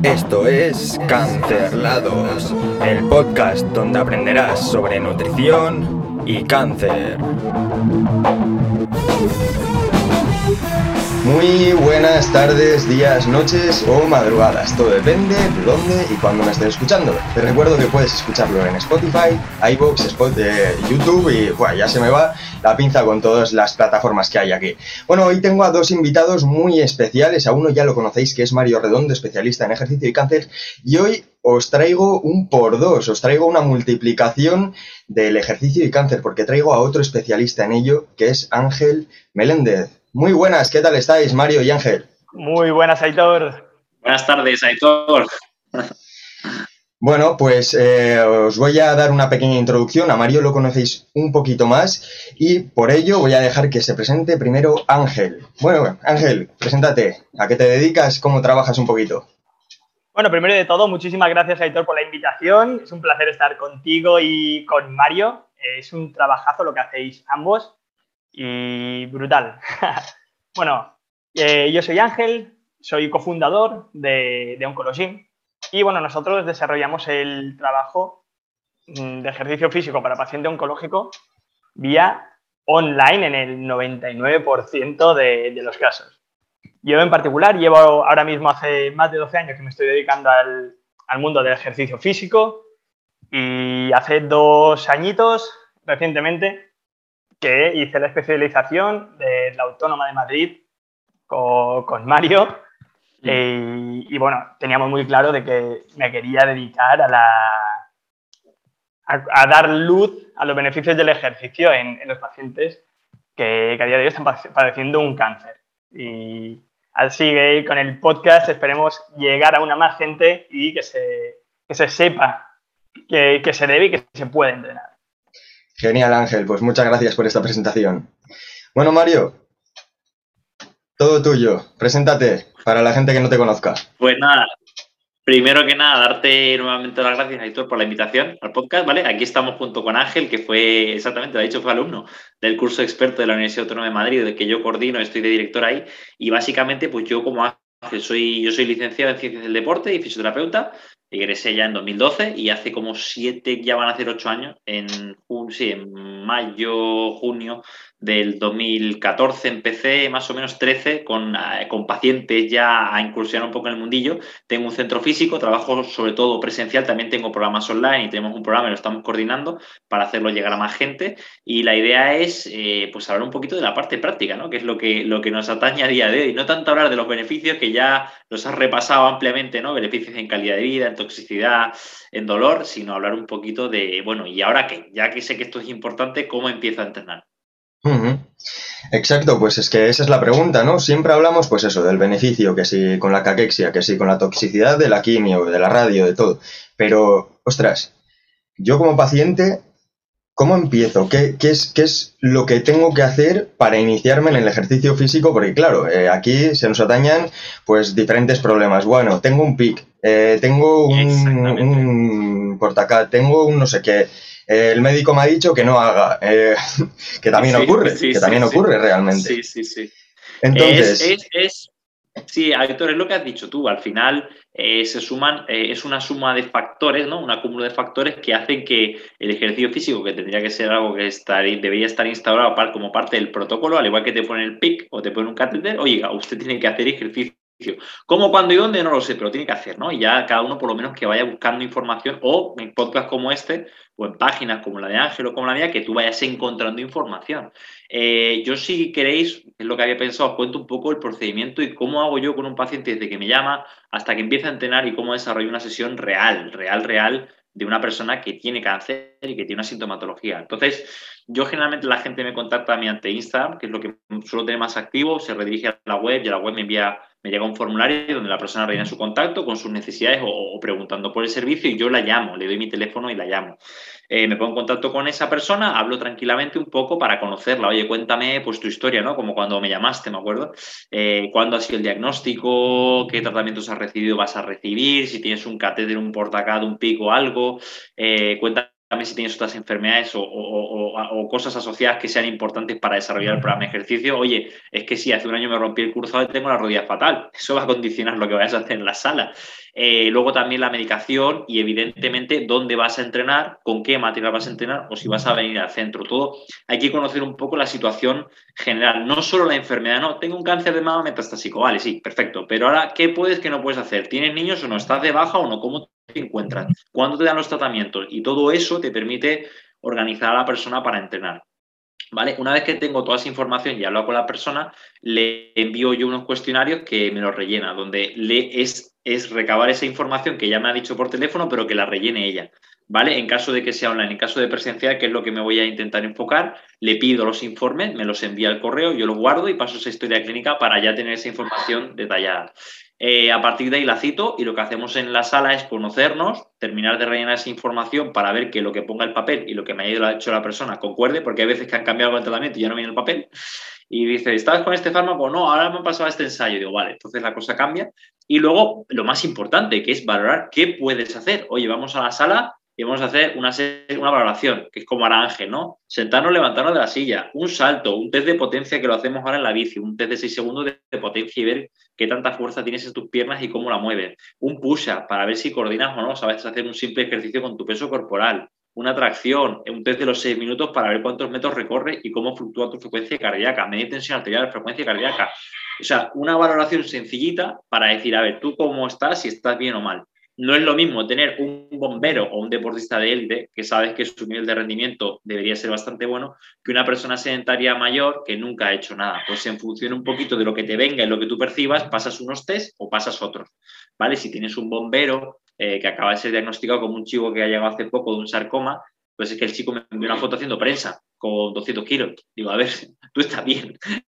Esto es Cancerlados, el podcast donde aprenderás sobre nutrición y cáncer. Muy buenas tardes, días, noches o madrugadas. Todo depende de dónde y cuándo me estés escuchando. Te recuerdo que puedes escucharlo en Spotify, iVoox, YouTube y bueno, ya se me va la pinza con todas las plataformas que hay aquí. Bueno, hoy tengo a dos invitados muy especiales. A uno ya lo conocéis, que es Mario Redondo, especialista en ejercicio y cáncer. Y hoy os traigo un por dos, os traigo una multiplicación del ejercicio y cáncer, porque traigo a otro especialista en ello, que es Ángel Meléndez. Muy buenas, ¿qué tal estáis, Mario y Ángel? Muy buenas, Aitor. Buenas tardes, Aitor. Bueno, pues os voy a dar una pequeña introducción. A Mario lo conocéis un poquito más y por ello voy a dejar que se presente primero Ángel. Bueno, Ángel, preséntate. ¿A qué te dedicas? ¿Cómo trabajas un poquito? Bueno, primero de todo, muchísimas gracias, Aitor, por la invitación. Es un placer estar contigo y con Mario. Es un trabajazo lo que hacéis ambos y brutal. Bueno, yo soy Ángel, soy cofundador de Oncologym y bueno, nosotros desarrollamos el trabajo de ejercicio físico para paciente oncológico vía online en el 99% de los casos. Yo en particular llevo ahora mismo hace más de 12 años que me estoy dedicando al mundo del ejercicio físico y hace 2 añitos, recientemente, que hice la especialización de la Autónoma de Madrid con Mario y bueno, teníamos muy claro de que me quería dedicar a dar luz a los beneficios del ejercicio en los pacientes que a día de hoy están padeciendo un cáncer. Y así que con el podcast esperemos llegar a una más gente y que se sepa que se debe y que se puede entrenar. Genial, Ángel, pues muchas gracias por esta presentación. Bueno, Mario, todo tuyo. Preséntate para la gente que no te conozca. Pues nada, primero que nada, darte nuevamente las gracias, Aitor, por la invitación al podcast, ¿vale? Aquí estamos junto con Ángel, que fue, exactamente, lo ha dicho, fue alumno del curso experto de la Universidad Autónoma de Madrid, del que yo coordino, estoy de director ahí, y básicamente, pues yo como Ángel, yo soy licenciado en Ciencias del Deporte y fisioterapeuta, egresé ya en 2012 y hace como 7, ya van a hacer 8 años, en mayo, junio del 2014 empecé, más o menos 13, con pacientes ya a incursionar un poco en el mundillo. Tengo un centro físico, trabajo sobre todo presencial, también tengo programas online y tenemos un programa y lo estamos coordinando para hacerlo llegar a más gente. Y la idea es pues hablar un poquito de la parte práctica, ¿no? Que es lo que nos atañe a día de hoy. No tanto hablar de los beneficios, que ya los has repasado ampliamente, ¿no? Beneficios en calidad de vida, en toxicidad, en dolor, sino hablar un poquito de, bueno, ¿y ahora qué? Ya que sé que esto es importante, ¿cómo empiezo a entrenar? Exacto, pues es que esa es la pregunta, ¿no? Siempre hablamos, pues eso, del beneficio, que sí con la caquexia, que sí con la toxicidad de la quimio, de la radio, de todo. Pero, ostras, yo como paciente, ¿cómo empiezo? ¿Qué es lo que tengo que hacer para iniciarme en el ejercicio físico? Porque claro, aquí se nos atañan pues diferentes problemas. Bueno, tengo un PIC, tengo un portacat, tengo un no sé qué. El médico me ha dicho que no haga, que también ocurre realmente. Sí. Entonces, Sí, Héctor, es lo que has dicho tú. Al final se suman, es una suma de factores, ¿no? Un acúmulo de factores que hacen que el ejercicio físico, que tendría que ser algo que debería estar instaurado como parte del protocolo, al igual que te ponen el PIC o te ponen un catéter, oiga, usted tiene que hacer ejercicio. ¿Cómo, cuándo y dónde? No lo sé, pero tiene que hacer, ¿no? Y ya cada uno por lo menos que vaya buscando información o en podcasts como este o en páginas como la de Ángel o como la mía, que tú vayas encontrando información. Yo, si queréis, es lo que había pensado, os cuento un poco el procedimiento y cómo hago yo con un paciente desde que me llama hasta que empieza a entrenar y cómo desarrollo una sesión real de una persona que tiene cáncer y que tiene una sintomatología. Entonces, yo generalmente la gente me contacta mediante Instagram, que es lo que suelo tener más activo, se redirige a la web y a la web me llega un formulario donde la persona rellena su contacto con sus necesidades o preguntando por el servicio y yo la llamo, le doy mi teléfono y la llamo. Me pongo en contacto con esa persona, hablo tranquilamente un poco para conocerla. Oye, cuéntame pues tu historia, ¿no? Como cuando me llamaste, me acuerdo. ¿Cuándo ha sido el diagnóstico? ¿Qué tratamientos has recibido, vas a recibir? Si tienes un catéter, un portacat, un PIC o algo. Cuéntame también si tienes otras enfermedades o cosas asociadas que sean importantes para desarrollar el programa de ejercicio. Oye, es que si hace un año me rompí el cruzado y tengo la rodilla fatal, eso va a condicionar lo que vayas a hacer en la sala. Luego también la medicación y evidentemente dónde vas a entrenar, con qué material vas a entrenar o si vas a venir al centro. Todo hay que conocer un poco la situación general, no solo la enfermedad. No, tengo un cáncer de mama metastásico, vale, sí, perfecto, pero ahora, ¿qué puedes, qué no puedes hacer? ¿Tienes niños o no? ¿Estás de baja o no? ¿Cómo te encuentras? ¿Cuándo te dan los tratamientos? Y todo eso te permite organizar a la persona para entrenar. ¿Vale? Una vez que tengo toda esa información y hablo con la persona, le envío yo unos cuestionarios que me los rellena, donde es recabar esa información que ya me ha dicho por teléfono, pero que la rellene ella. ¿Vale? En caso de que sea online, en caso de presencial, que es lo que me voy a intentar enfocar, le pido los informes, me los envía al correo, yo los guardo y paso esa historia clínica para ya tener esa información detallada. A partir de ahí la cito y lo que hacemos en la sala es conocernos, terminar de rellenar esa información para ver que lo que ponga el papel y lo que me ha hecho la persona concuerde, porque hay veces que han cambiado el tratamiento y ya no viene el papel. Y dice, ¿estabas con este fármaco? No, ahora me ha pasado este ensayo. Digo, vale, entonces la cosa cambia. Y luego, lo más importante, que es valorar qué puedes hacer. Oye, vamos a la sala y vamos a hacer una valoración, que es como hará Ángel, ¿no? Sentarnos, levantarnos de la silla, un salto, un test de potencia que lo hacemos ahora en la bici, un test de 6 segundos de potencia y ver qué tanta fuerza tienes en tus piernas y cómo la mueves. Un push-up para ver si coordinas o no, sabes hacer un simple ejercicio con tu peso corporal. Una tracción, un test de los 6 minutos para ver cuántos metros recorres y cómo fluctúa tu frecuencia cardíaca, medir tensión arterial, frecuencia cardíaca. O sea, una valoración sencillita para decir, a ver, tú cómo estás, si estás bien o mal. No es lo mismo tener un bombero o un deportista de élite, que sabes que su nivel de rendimiento debería ser bastante bueno, que una persona sedentaria mayor que nunca ha hecho nada. Pues en función un poquito de lo que te venga y lo que tú percibas, pasas unos test o pasas otros. ¿Vale? Si tienes un bombero que acaba de ser diagnosticado como un chico que ha llegado hace poco de un sarcoma, pues es que el chico me envió una foto haciendo prensa con 200 kilos. Digo, a ver, tú estás bien.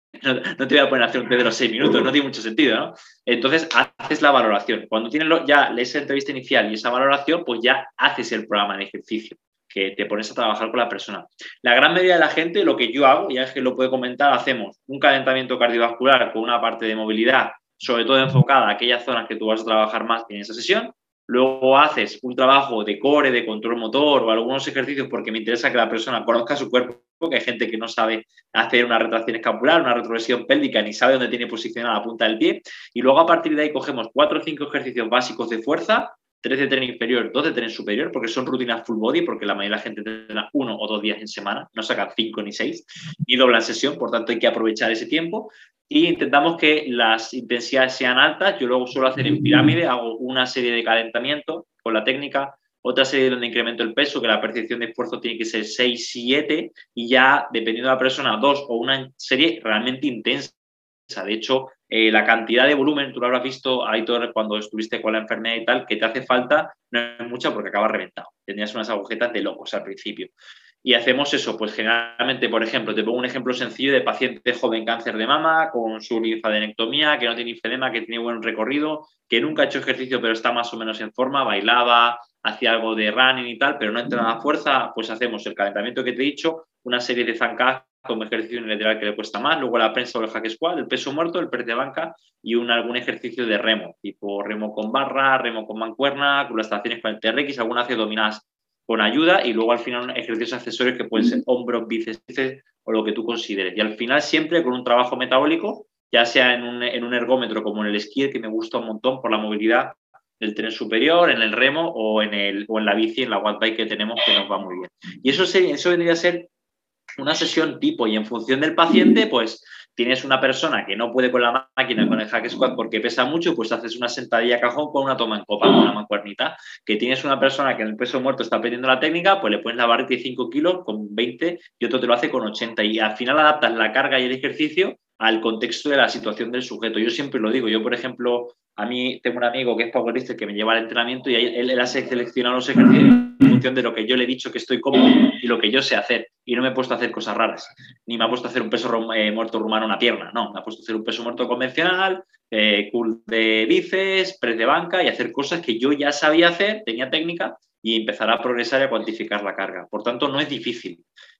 No te voy a poner a hacer un test de los 6 minutos, no tiene mucho sentido, ¿no? Entonces, haces la valoración. Cuando tienes ya esa entrevista inicial y esa valoración, pues ya haces el programa de ejercicio, que te pones a trabajar con la persona. La gran mayoría de la gente, lo que yo hago, y Ángel lo puede comentar, hacemos un calentamiento cardiovascular con una parte de movilidad, sobre todo enfocada a aquellas zonas que tú vas a trabajar más en esa sesión. Luego haces un trabajo de core, de control motor o algunos ejercicios porque me interesa que la persona conozca su cuerpo, que hay gente que no sabe hacer una retracción escapular, una retroversión pélvica, ni sabe dónde tiene posicionada la punta del pie. Y luego a partir de ahí cogemos 4 o 5 ejercicios básicos de fuerza, 3 de tren inferior, 2 de tren superior, porque son rutinas full body, porque la mayoría de la gente entrena 1 o 2 días en semana, no sacan 5 ni 6, y doblan sesión, por tanto hay que aprovechar ese tiempo. Y intentamos que las intensidades sean altas. Yo luego suelo hacer en pirámide, hago una serie de calentamiento con la técnica, otra serie donde incremento el peso, que la percepción de esfuerzo tiene que ser 6, 7, y ya, dependiendo de la persona, 2 o una serie realmente intensa. De hecho, la cantidad de volumen, tú lo habrás visto, Aitor, cuando estuviste con la enfermedad y tal, que te hace falta no es mucha porque acabas reventado. Tenías unas agujetas de locos al principio. Y hacemos eso, pues generalmente, por ejemplo, te pongo un ejemplo sencillo de paciente joven cáncer de mama, con su linfadenectomía, que no tiene linfedema, que tiene buen recorrido, que nunca ha hecho ejercicio pero está más o menos en forma, bailaba, hacía algo de running y tal, pero no entra a fuerza, pues hacemos el calentamiento que te he dicho, una serie de zancadas como ejercicio unilateral que le cuesta más, luego la prensa o el hack squat, el peso muerto, el press de banca y algún ejercicio de remo, tipo remo con barra, remo con mancuerna, con las estaciones con el TRX, algunas abdominales con ayuda y luego al final ejercicios accesorios que pueden ser hombros, bíceps o lo que tú consideres. Y al final siempre con un trabajo metabólico, ya sea en un ergómetro como en el esquí, que me gusta un montón por la movilidad del tren superior, en el remo o en la bici, en la watt bike que tenemos, que nos va muy bien. Y eso vendría a ser una sesión tipo, y en función del paciente, pues tienes una persona que no puede con la máquina, con el hack squat porque pesa mucho, pues haces una sentadilla cajón con una toma en copa, con una mancuernita. Que tienes una persona que en el peso muerto está aprendiendo la técnica, pues le pones la barra de 5 kilos con 20 y otro te lo hace con 80. Y al final adaptas la carga y el ejercicio al contexto de la situación del sujeto. Yo siempre lo digo. Yo, por ejemplo, a mí tengo un amigo que es powerlifter que me lleva al entrenamiento y él ha seleccionado los ejercicios en función de lo que yo le he dicho que estoy cómodo y lo que yo sé hacer. Y no me he puesto a hacer cosas raras. Ni me ha puesto a hacer un peso muerto rumano una pierna. No, me ha puesto a hacer un peso muerto convencional, curl de bíceps, press de banca y hacer cosas que yo ya sabía hacer, tenía técnica y empezar a progresar y a cuantificar la carga. Por tanto, no es difícil.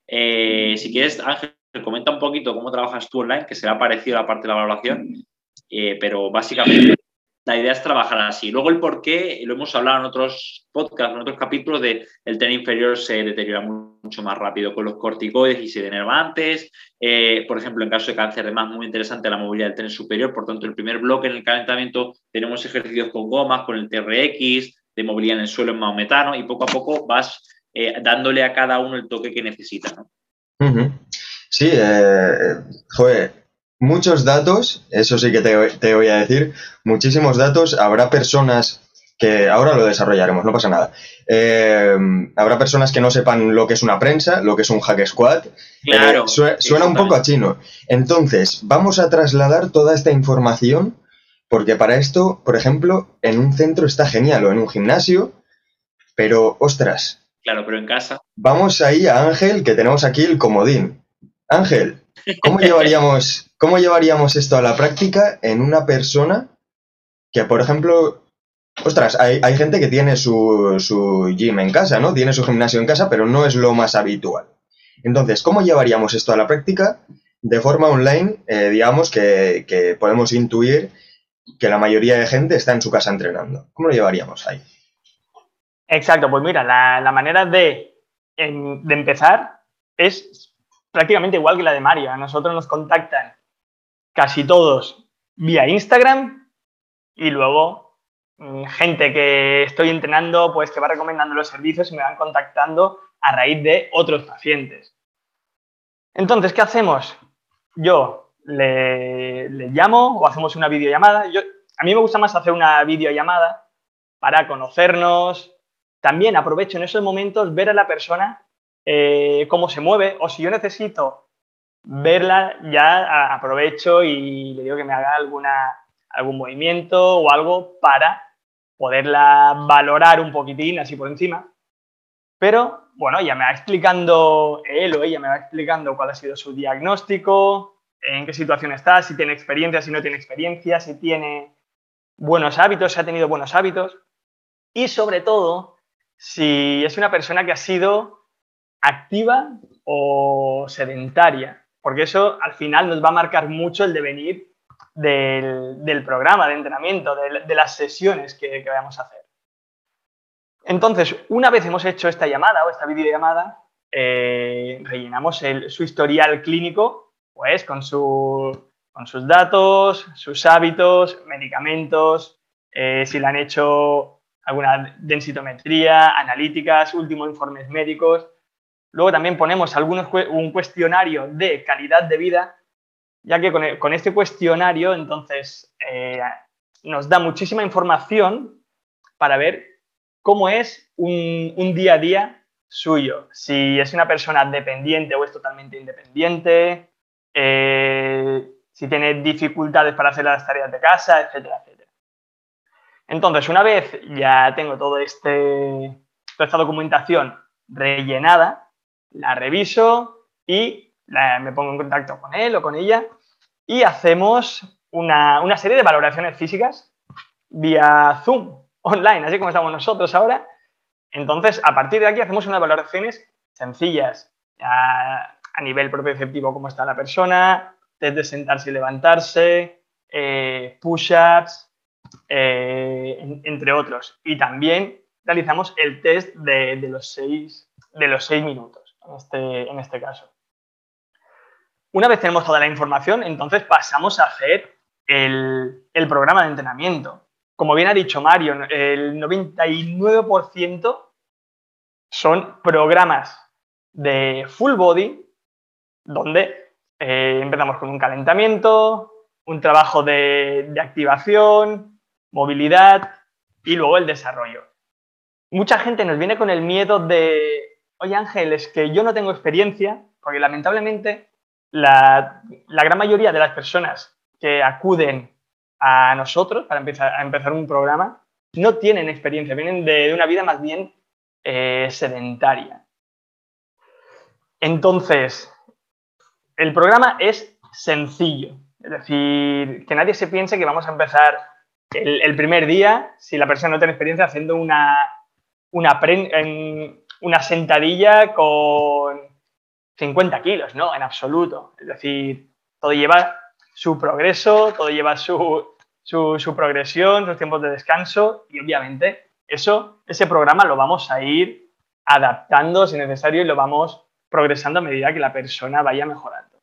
Si quieres, Ángel, comenta un poquito cómo trabajas tú online, que será parecido a la parte de la valoración, pero básicamente la idea es trabajar así. Luego el por qué, lo hemos hablado en otros podcasts, en otros capítulos, el tren inferior se deteriora mucho más rápido con los corticoides y se denerva antes. Por ejemplo, en caso de cáncer de mama, muy interesante la movilidad del tren superior. Por tanto, el primer bloque en el calentamiento tenemos ejercicios con gomas, con el TRX, de movilidad en el suelo en maometano, y poco a poco vas dándole a cada uno el toque que necesita, ¿no? Sí, joder, muchos datos, eso sí que te voy a decir, muchísimos datos. Habrá personas que, ahora lo desarrollaremos, no pasa nada. Habrá personas que no sepan lo que es una prensa, lo que es un hack squat. Claro, suena un poco a chino. Entonces, vamos a trasladar toda esta información, porque para esto, por ejemplo, en un centro está genial, o en un gimnasio, pero, ostras. Claro, pero en casa. Vamos ahí a Ángel, que tenemos aquí el comodín. Ángel, ¿cómo llevaríamos esto a la práctica en una persona que, por ejemplo, ostras, hay gente que tiene su gym en casa, ¿no? Tiene su gimnasio en casa, pero no es lo más habitual. Entonces, ¿cómo llevaríamos esto a la práctica de forma online? Digamos que podemos intuir que la mayoría de gente está en su casa entrenando. ¿Cómo lo llevaríamos ahí? Exacto, pues mira, la manera de empezar es prácticamente igual que la de Mario. A nosotros nos contactan casi todos vía Instagram y luego gente que estoy entrenando pues que va recomendando los servicios y me van contactando a raíz de otros pacientes. Entonces, ¿qué hacemos? Yo le llamo o hacemos una videollamada. A mí me gusta más hacer una videollamada para conocernos. También aprovecho en esos momentos ver a la persona cómo se mueve, o si yo necesito verla, ya aprovecho y le digo que me haga algún movimiento o algo para poderla valorar un poquitín así por encima. Pero, bueno, ella me va explicando, él o ella me va explicando cuál ha sido su diagnóstico, en qué situación está, si tiene experiencia, si no tiene experiencia, si tiene buenos hábitos, si ha tenido buenos hábitos y, sobre todo, si es una persona que ha sido activa o sedentaria, porque eso al final nos va a marcar mucho el devenir del programa de entrenamiento, de las sesiones que vayamos a hacer. Entonces, una vez hemos hecho esta llamada o esta videollamada, rellenamos su historial clínico, pues con sus datos, sus hábitos, medicamentos, si le han hecho alguna densitometría, analíticas, últimos informes médicos. Luego también ponemos un cuestionario de calidad de vida, ya que con este cuestionario entonces nos da muchísima información para ver cómo es un día a día suyo. Si es una persona dependiente o es totalmente independiente, si tiene dificultades para hacer las tareas de casa, etcétera, etcétera. Entonces, una vez ya tengo toda esta documentación rellenada, la reviso y me pongo en contacto con él o con ella y hacemos una serie de valoraciones físicas vía Zoom, online, así como estamos nosotros ahora. Entonces, a partir de aquí hacemos unas valoraciones sencillas, a nivel propioceptivo, cómo está la persona, test de sentarse y levantarse, push-ups, entre otros. Y también realizamos el test de los 6 minutos, en este caso. Una vez tenemos toda la información, entonces pasamos a hacer el programa de entrenamiento. Como bien ha dicho Mario, el 99% son programas de full body, donde empezamos con un calentamiento, un trabajo de activación, movilidad y luego el desarrollo. Mucha gente nos viene con el miedo de, oye Ángel, es que yo no tengo experiencia, porque lamentablemente la gran mayoría de las personas que acuden a nosotros para empezar un programa no tienen experiencia, vienen de una vida más bien sedentaria. Entonces, el programa es sencillo, es decir, que nadie se piense que vamos a empezar el primer día, si la persona no tiene experiencia, haciendo una sentadilla con 50 kilos, no, en absoluto. Es decir, todo lleva su progreso, todo lleva su su progresión, sus tiempos de descanso y obviamente ese programa lo vamos a ir adaptando si necesario y lo vamos progresando a medida que la persona vaya mejorando.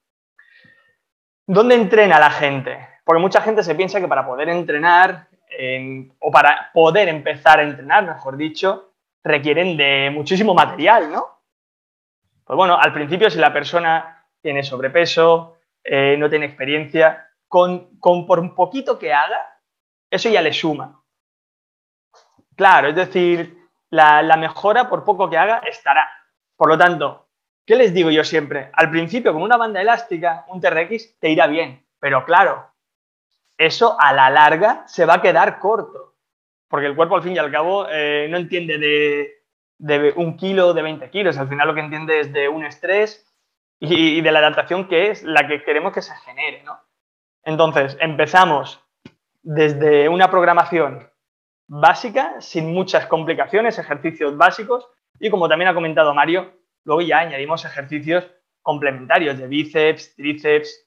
¿Dónde entrena la gente? Porque mucha gente se piensa que para poder entrenar o para poder empezar a entrenar, mejor dicho, requieren de muchísimo material, ¿no? Pues bueno, al principio si la persona tiene sobrepeso, no tiene experiencia, por un poquito que haga, eso ya le suma. Claro, es decir, la mejora por poco que haga estará. Por lo tanto, ¿qué les digo yo siempre? Al principio, con una banda elástica, un TRX te irá bien, pero claro, eso a la larga se va a quedar corto, porque el cuerpo al fin y al cabo no entiende de 1 kilo, de 20 kilos, al final lo que entiende es de un estrés y de la adaptación que es la que queremos que se genere, ¿no? Entonces, empezamos desde una programación básica, sin muchas complicaciones, ejercicios básicos, y como también ha comentado Mario, luego ya añadimos ejercicios complementarios de bíceps, tríceps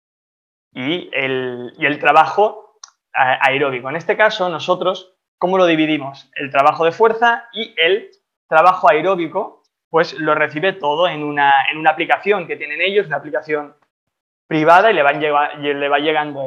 y el trabajo aeróbico. En este caso, nosotros, ¿cómo lo dividimos? El trabajo de fuerza y el trabajo aeróbico, pues lo recibe todo en una aplicación que tienen ellos, una aplicación privada, y le va llegando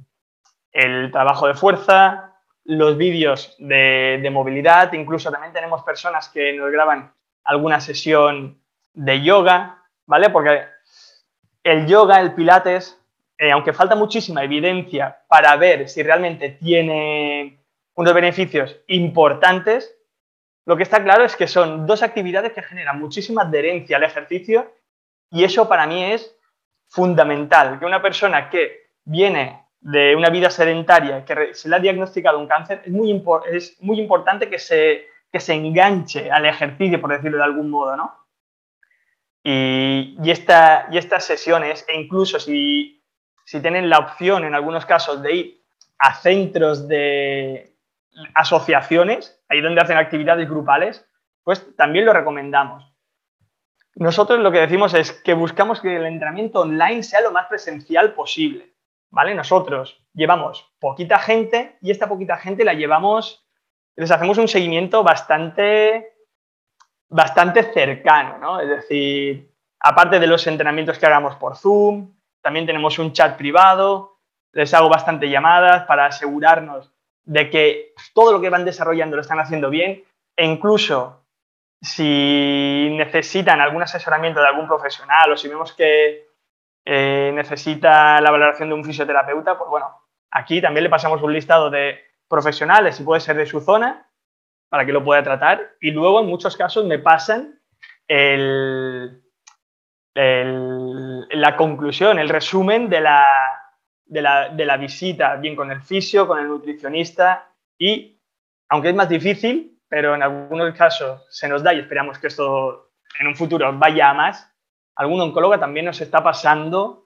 el trabajo de fuerza, los vídeos de movilidad, incluso también tenemos personas que nos graban alguna sesión de yoga, ¿vale? Porque el yoga, el pilates, aunque falta muchísima evidencia para ver si realmente tiene unos beneficios importantes, lo que está claro es que son 2 actividades que generan muchísima adherencia al ejercicio y eso para mí es fundamental, que una persona que viene de una vida sedentaria, que se le ha diagnosticado un cáncer, es muy importante que se enganche al ejercicio, por decirlo de algún modo, ¿no? Y estas sesiones, e incluso si tienen la opción en algunos casos de ir a centros de asociaciones, ahí donde hacen actividades grupales, pues también lo recomendamos. Nosotros lo que decimos es que buscamos que el entrenamiento online sea lo más presencial posible, ¿vale? Nosotros llevamos poquita gente y esta poquita gente les hacemos un seguimiento bastante cercano, ¿no? Es decir, aparte de los entrenamientos que hagamos por Zoom, también tenemos un chat privado, les hago bastante llamadas para asegurarnos de que todo lo que van desarrollando lo están haciendo bien e incluso si necesitan algún asesoramiento de algún profesional o si vemos que necesita la valoración de un fisioterapeuta, pues bueno, aquí también le pasamos un listado de profesionales, si puede ser de su zona, para que lo pueda tratar. Y luego, en muchos casos, me pasan la conclusión, el resumen de la visita, bien con el fisio, con el nutricionista y, aunque es más difícil, pero en algunos casos se nos da y esperamos que esto en un futuro vaya a más, algún oncólogo también nos está pasando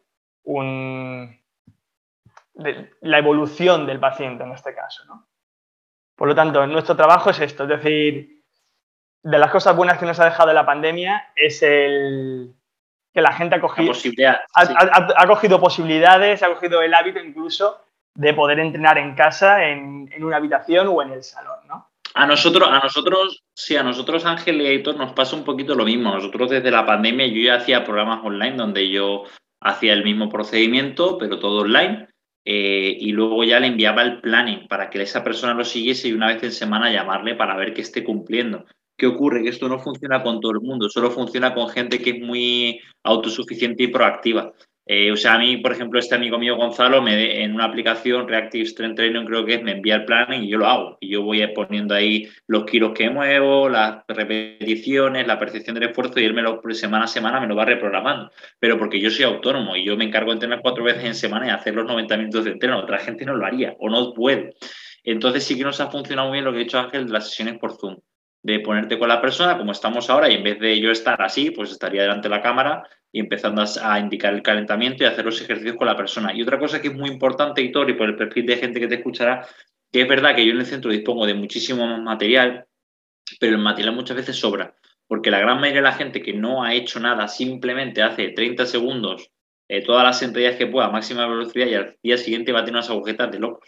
la evolución del paciente en este caso, ¿no? Por lo tanto, nuestro trabajo es esto, es decir, de las cosas buenas que nos ha dejado la pandemia es que la gente ha cogido posibilidades, ha cogido el hábito incluso de poder entrenar en casa, en una habitación o en el salón, ¿no? A nosotros, Ángel y Aitor, nos pasa un poquito lo mismo. Nosotros desde la pandemia yo ya hacía programas online donde yo hacía el mismo procedimiento, pero todo online, y luego ya le enviaba el planning para que esa persona lo siguiese y una vez en semana llamarle para ver que esté cumpliendo. ¿Qué ocurre? Que esto no funciona con todo el mundo, solo funciona con gente que es muy autosuficiente y proactiva. O sea, a mí, por ejemplo, este amigo mío Gonzalo, en una aplicación Reactive Strength Training creo que es, me envía el planning y yo lo hago. Y yo voy poniendo ahí los kilos que muevo, las repeticiones, la percepción del esfuerzo y él semana a semana me lo va reprogramando. Pero porque yo soy autónomo y yo me encargo de entrenar 4 veces en semana y hacer los 90 minutos de entreno. Otra gente no lo haría o no puede. Entonces sí que nos ha funcionado muy bien lo que ha dicho Ángel de las sesiones por Zoom. De ponerte con la persona como estamos ahora y en vez de yo estar así, pues estaría delante de la cámara y empezando a indicar el calentamiento y hacer los ejercicios con la persona. Y otra cosa que es muy importante, Hitor, y por el perfil de gente que te escuchará, que es verdad que yo en el centro dispongo de muchísimo más material, pero el material muchas veces sobra, porque la gran mayoría de la gente que no ha hecho nada simplemente hace 30 segundos todas las sentadillas que pueda a máxima velocidad y al día siguiente va a tener unas agujetas de locos.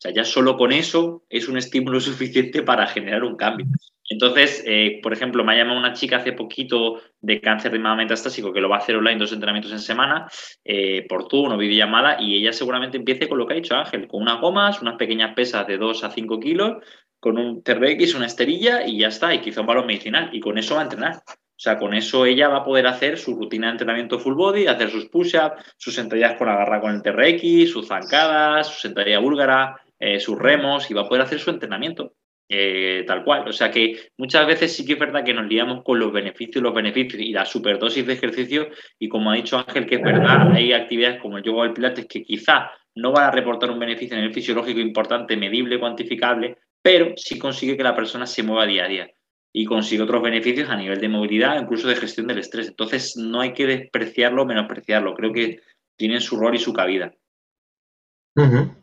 sea, ya solo con eso es un estímulo suficiente para generar un cambio. Entonces, por ejemplo, me ha llamado una chica hace poquito de cáncer de mama metastásico que lo va a hacer online 2 entrenamientos en semana, por Zoom o videollamada, y ella seguramente empiece con lo que ha dicho Ángel, con unas gomas, unas pequeñas pesas de 2 a 5 kilos, con un TRX, una esterilla y ya está, y quizá un balón medicinal, y con eso va a entrenar. O sea, con eso ella va a poder hacer su rutina de entrenamiento full body, hacer sus push-ups, sus sentadillas con agarra con el TRX, sus zancadas, su sentadilla búlgara, sus remos, y va a poder hacer su entrenamiento. Tal cual. O sea que muchas veces sí que es verdad que nos liamos con los beneficios y la superdosis de ejercicio, y como ha dicho Ángel, que es verdad, hay actividades como el yoga o el pilates que quizá no van a reportar un beneficio a nivel fisiológico importante, medible, cuantificable, pero sí consigue que la persona se mueva día a día y consigue otros beneficios a nivel de movilidad, incluso de gestión del estrés. Entonces no hay que despreciarlo o menospreciarlo. Creo que tienen su rol y su cabida. Ujú,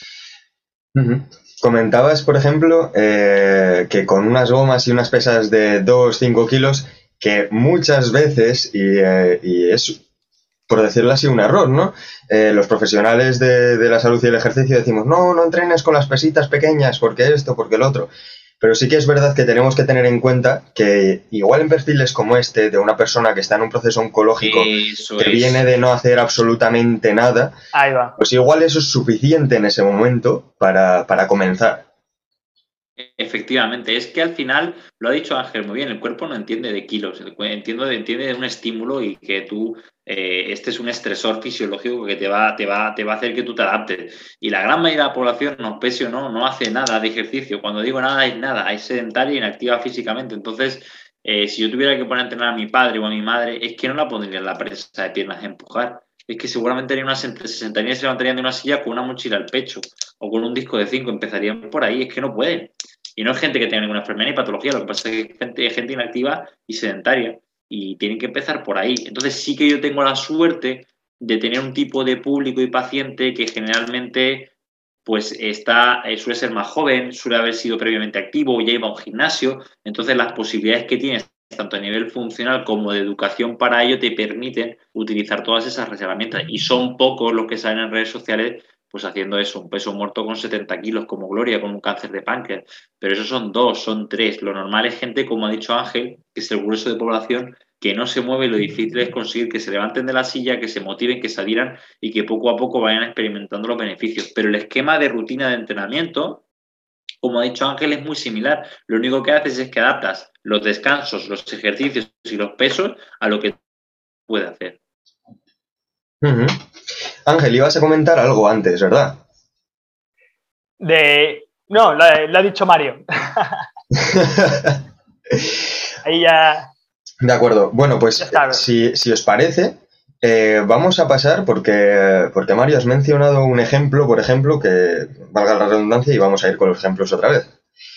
ujú. Comentabas, por ejemplo, que con unas gomas y unas pesas de 2 5 kilos, que muchas veces, y es, por decirlo así, un error, ¿no? Los profesionales de la salud y el ejercicio decimos, no, no entrenes con las pesitas pequeñas, porque esto, porque el otro. Pero sí que es verdad que tenemos que tener en cuenta que igual en perfiles como este, de una persona que está en un proceso oncológico, Eso que es. viene de no hacer absolutamente nada, Ahí va. pues igual eso es suficiente en ese momento para comenzar. Efectivamente, es que al final, lo ha dicho Ángel muy bien, el cuerpo no entiende de kilos, entiende de un estímulo, y que tú, este es un estresor fisiológico que te va a hacer que tú te adaptes. Y la gran mayoría de la población, nos pese o no, no hace nada de ejercicio. Cuando digo nada, es nada, es sedentaria e inactiva físicamente. Entonces, si yo tuviera que poner a entrenar a mi padre o a mi madre, es que no la pondría en la presa de piernas a empujar. Es que seguramente se sentarían y se levantarían de una silla con una mochila al pecho o con un disco de 5, empezarían por ahí, es que no pueden. Y no es gente que tenga ninguna enfermedad ni patología, lo que pasa es que es gente inactiva y sedentaria, y tienen que empezar por ahí. Entonces sí que yo tengo la suerte de tener un tipo de público y paciente que generalmente pues suele ser más joven, suele haber sido previamente activo, ya iba a un gimnasio. Entonces las posibilidades que tienes, tanto a nivel funcional como de educación para ello, te permiten utilizar todas esas herramientas. Y son pocos los que salen en redes sociales pues haciendo eso, un peso muerto con 70 kilos como Gloria, con un cáncer de páncreas. Pero esos son 2, son 3. Lo normal es gente, como ha dicho Ángel, que es el grueso de población, que no se mueve. Lo difícil es conseguir que se levanten de la silla, que se motiven, que se adhieran y que poco a poco vayan experimentando los beneficios. Pero el esquema de rutina de entrenamiento, como ha dicho Ángel, es muy similar. Lo único que haces es que adaptas los descansos, los ejercicios y los pesos a lo que puede hacer. Ujú. Ángel, ibas a comentar algo antes, ¿verdad? No, lo ha dicho Mario. Ahí ya De acuerdo. Bueno, pues está. si os parece, vamos a pasar porque Mario has mencionado un ejemplo, por ejemplo, que valga la redundancia, y vamos a ir con los ejemplos otra vez.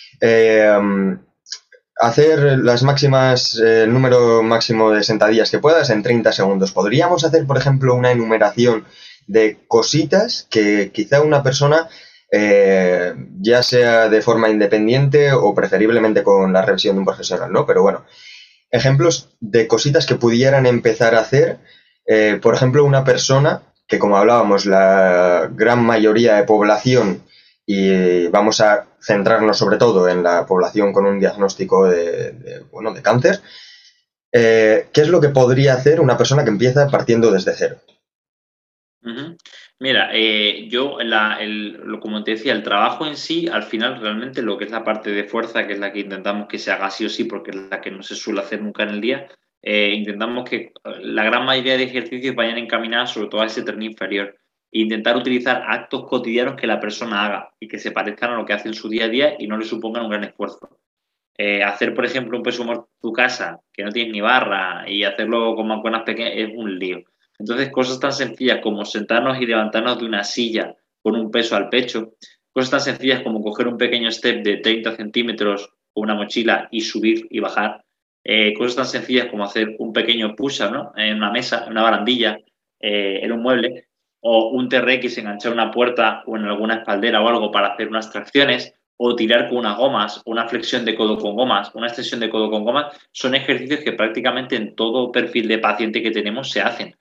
Hacer las máximas, el número máximo de sentadillas que puedas en 30 segundos. Podríamos hacer, por ejemplo, una enumeración de cositas que quizá una persona, ya sea de forma independiente o preferiblemente con la revisión de un profesional, ¿no? Pero bueno, ejemplos de cositas que pudieran empezar a hacer, por ejemplo, una persona que, como hablábamos, la gran mayoría de población, y vamos a centrarnos sobre todo en la población con un diagnóstico de cáncer, ¿qué es lo que podría hacer una persona que empieza partiendo desde cero? Uh-huh. Mira, como te decía, el trabajo en sí, al final realmente lo que es la parte de fuerza, que es la que intentamos que se haga sí o sí, porque es la que no se suele hacer nunca en el día, intentamos que la gran mayoría de ejercicios vayan encaminados sobre todo a ese tren inferior. E intentar utilizar actos cotidianos que la persona haga y que se parezcan a lo que hace en su día a día y no le supongan un gran esfuerzo. Hacer, por ejemplo, un peso muerto en tu casa, que no tienes ni barra, y hacerlo con mancuernas pequeñas, es un lío. Entonces, cosas tan sencillas como sentarnos y levantarnos de una silla con un peso al pecho, cosas tan sencillas como coger un pequeño step de 30 centímetros con una mochila y subir y bajar, cosas tan sencillas como hacer un pequeño push-up, ¿no? En una mesa, en una barandilla, en un mueble, o un TRX, enganchar una puerta o en alguna espaldera o algo para hacer unas tracciones, o tirar con unas gomas, una flexión de codo con gomas, una extensión de codo con gomas. Son ejercicios que prácticamente en todo perfil de paciente que tenemos se hacen.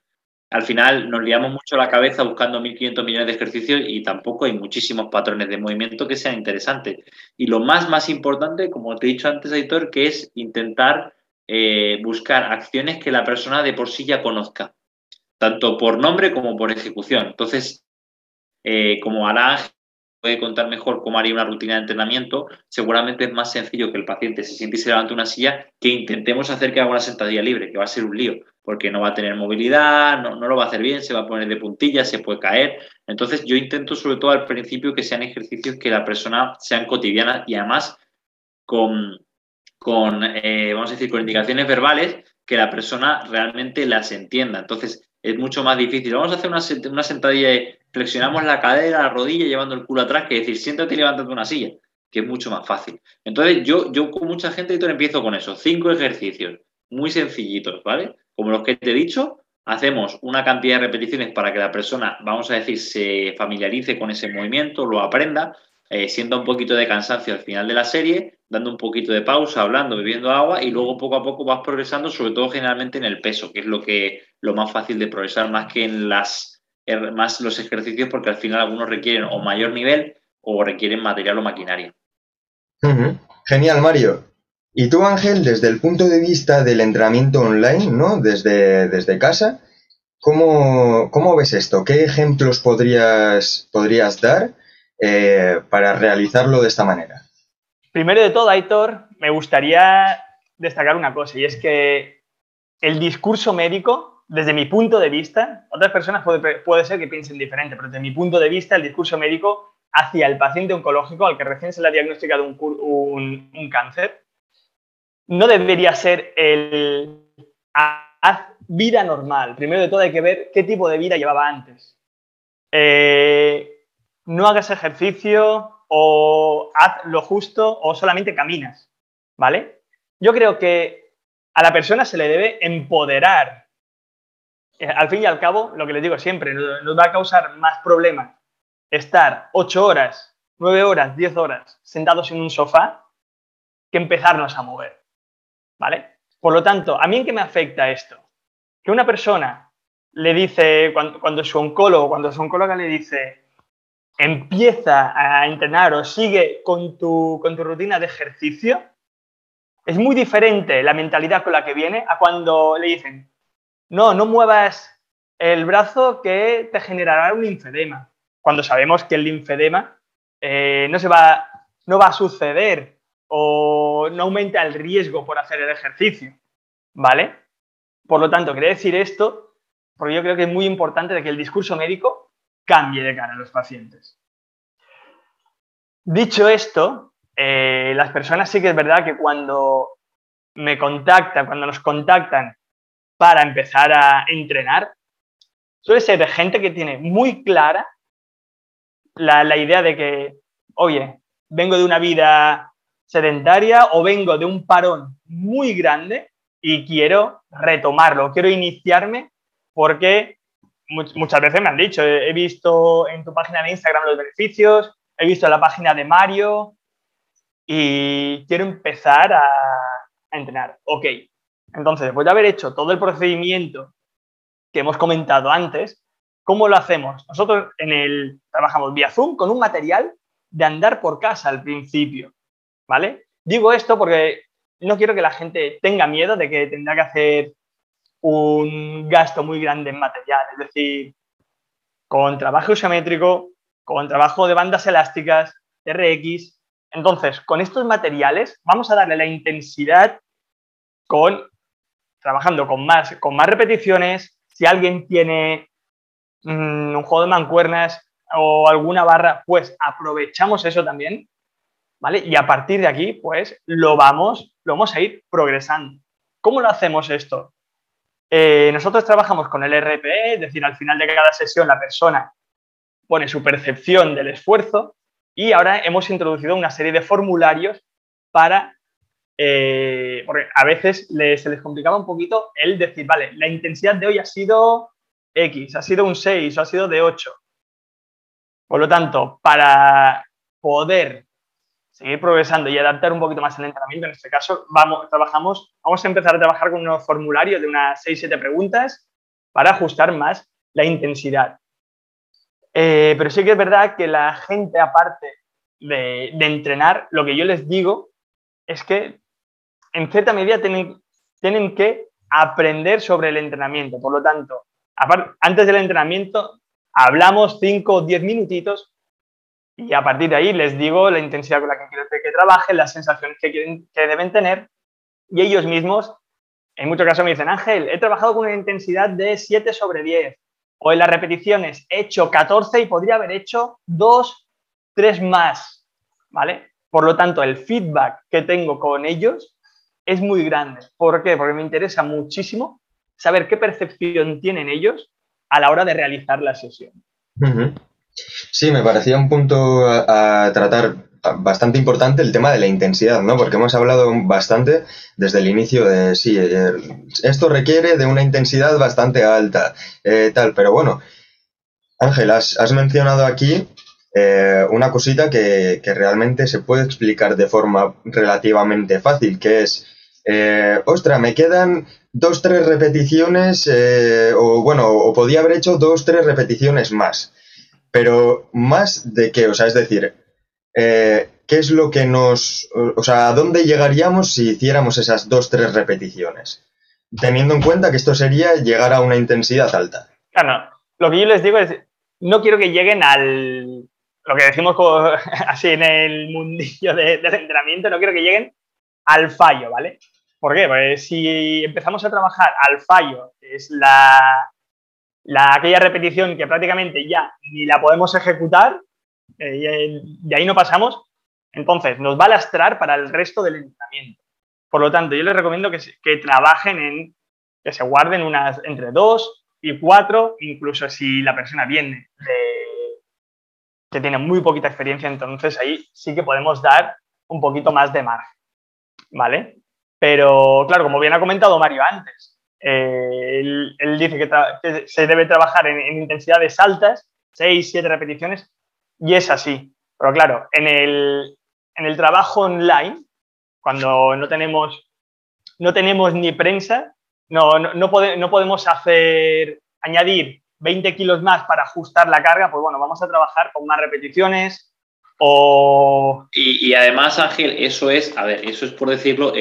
al final nos liamos mucho la cabeza buscando 1.500 millones de ejercicios y tampoco hay muchísimos patrones de movimiento que sean interesantes. Y lo más importante, como te he dicho antes, Aitor, que es intentar buscar acciones que la persona de por sí ya conozca, tanto por nombre como por ejecución. Entonces, como hará puede contar mejor cómo haría una rutina de entrenamiento, seguramente es más sencillo que el paciente se siente y se levante una silla que intentemos hacer que haga una sentadilla libre, que va a ser un lío, porque no va a tener movilidad, no lo va a hacer bien, se va a poner de puntillas, se puede caer. Entonces yo intento sobre todo al principio que sean ejercicios que la persona sean cotidianas y además vamos a decir, con indicaciones verbales que la persona realmente las entienda. Entonces, es mucho más difícil. Vamos a hacer una sentadilla de flexionamos la cadera, la rodilla, llevando el culo atrás, que decir, siéntate y levántate una silla, que es mucho más fácil. Entonces, yo con mucha gente empiezo con eso, 5 ejercicios muy sencillitos, ¿vale? Como los que te he dicho, hacemos una cantidad de repeticiones para que la persona, vamos a decir, se familiarice con ese movimiento, lo aprenda, sienta un poquito de cansancio al final de la serie, dando un poquito de pausa, hablando, bebiendo agua y luego poco a poco vas progresando, sobre todo generalmente en el peso, que es lo más fácil de progresar más que en más los ejercicios, porque al final algunos requieren o mayor nivel o requieren material o maquinaria. Genial, Mario. Y tú, Ángel, desde el punto de vista del entrenamiento online, ¿no? Desde casa, ¿cómo ves esto? ¿Qué ejemplos podrías dar para realizarlo de esta manera? Primero de todo, Aitor, me gustaría destacar una cosa, y es que el discurso médico, desde mi punto de vista, otras personas puede ser que piensen diferente, pero desde mi punto de vista, el discurso médico hacia el paciente oncológico al que recién se le ha diagnosticado un cáncer, no debería ser el haz vida normal. Primero de todo hay que ver qué tipo de vida llevaba antes. No hagas ejercicio o haz lo justo o solamente caminas, ¿vale? Yo creo que a la persona se le debe empoderar. Al fin y al cabo, lo que les digo siempre, nos va a causar más problemas estar 8 horas, 9 horas, 10 horas sentados en un sofá que empezarnos a mover, ¿vale? Por lo tanto, ¿a mí en qué me afecta esto? Que una persona le dice, cuando su oncóloga le dice, empieza a entrenar o sigue con tu rutina de ejercicio, es muy diferente la mentalidad con la que viene a cuando le dicen, no muevas el brazo que te generará un linfedema. Cuando sabemos que el linfedema no va a suceder o no aumenta el riesgo por hacer el ejercicio, ¿vale? Por lo tanto, quería decir esto porque yo creo que es muy importante de que el discurso médico cambie de cara a los pacientes. Dicho esto, las personas sí que es verdad que cuando nos contactan para empezar a entrenar, suele ser de gente que tiene muy clara la idea de que, oye, vengo de una vida sedentaria o vengo de un parón muy grande y quiero retomarlo, quiero iniciarme porque muchas veces me han dicho, he visto en tu página de Instagram los beneficios, he visto en la página de Mario y quiero empezar a entrenar. Ok, entonces después de haber hecho todo el procedimiento que hemos comentado antes, ¿cómo lo hacemos? Nosotros trabajamos vía Zoom con un material de andar por casa al principio, ¿vale? Digo esto porque no quiero que la gente tenga miedo de que tendrá que hacer un gasto muy grande en material, es decir, con trabajo isométrico, con trabajo de bandas elásticas, TRX. Entonces, con estos materiales vamos a darle la intensidad trabajando con más repeticiones. Si alguien tiene un juego de mancuernas o alguna barra, pues aprovechamos eso también, ¿vale? Y a partir de aquí, pues lo vamos a ir progresando. ¿Cómo lo hacemos esto? Nosotros trabajamos con el RPE, es decir, al final de cada sesión la persona pone su percepción del esfuerzo y ahora hemos introducido una serie de formularios para, porque a veces se les complicaba un poquito el decir, vale, la intensidad de hoy ha sido X, ha sido un 6 o ha sido de 8. Por lo tanto, para poder seguir progresando y adaptar un poquito más el entrenamiento, en este caso, vamos a empezar a trabajar con unos formularios de unas 6-7 preguntas para ajustar más la intensidad. Pero sí que es verdad que la gente, aparte de entrenar, lo que yo les digo es que en cierta medida tienen que aprender sobre el entrenamiento. Por lo tanto, antes del entrenamiento hablamos 5 o 10 minutitos y a partir de ahí les digo la intensidad con la que quiero que trabajen, las sensaciones que deben tener, y ellos mismos, en muchos casos me dicen, Ángel, he trabajado con una intensidad de 7/10, o en las repeticiones he hecho 14 y podría haber hecho 2, 3 más, ¿vale? Por lo tanto, el feedback que tengo con ellos es muy grande. ¿Por qué? Porque me interesa muchísimo saber qué percepción tienen ellos a la hora de realizar la sesión. Uh-huh. Sí, me parecía un punto a tratar bastante importante el tema de la intensidad, ¿no? Porque hemos hablado bastante desde el inicio de, sí, esto requiere de una intensidad bastante alta, tal, pero bueno, Ángel, has mencionado aquí una cosita que realmente se puede explicar de forma relativamente fácil, que es, ostras, me quedan 2-3 repeticiones, o podía haber hecho 2-3 repeticiones más. Pero más de qué, o sea, es decir, ¿qué es lo que ¿a dónde llegaríamos si hiciéramos esas 2-3 repeticiones? Teniendo en cuenta que esto sería llegar a una intensidad alta. Claro, lo que yo les digo es, no quiero que lleguen lo que decimos así en el mundillo del entrenamiento, no quiero que lleguen al fallo, ¿vale? ¿Por qué? Pues si empezamos a trabajar al fallo, que es aquella repetición que prácticamente ya ni la podemos ejecutar, de ahí no pasamos, entonces nos va a lastrar para el resto del entrenamiento. Por lo tanto, yo les recomiendo que trabajen que se guarden unas entre 2 y 4, incluso si la persona viene que tiene muy poquita experiencia, entonces ahí sí que podemos dar un poquito más de margen, ¿vale? Pero, claro, como bien ha comentado Mario antes, él dice que se debe trabajar en intensidades altas, 6-7 repeticiones, y es así. Pero claro, en el trabajo online, cuando no tenemos ni prensa, no podemos añadir 20 kilos más para ajustar la carga, pues bueno, vamos a trabajar con más repeticiones o... Y además, Ángel, eso es por decirlo,